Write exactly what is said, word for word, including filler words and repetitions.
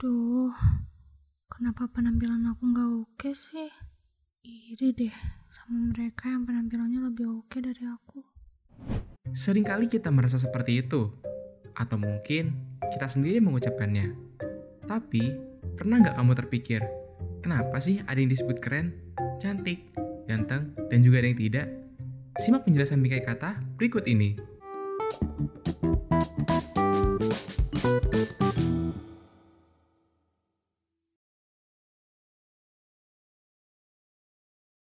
Duh, kenapa penampilan aku gak oke sih? Iri deh sama mereka yang penampilannya lebih oke dari aku. Seringkali kita merasa seperti itu, atau mungkin kita sendiri mengucapkannya. Tapi, pernah nggak kamu terpikir, kenapa sih ada yang disebut keren, cantik, ganteng, dan juga ada yang tidak? Simak penjelasan bingkai kata berikut ini.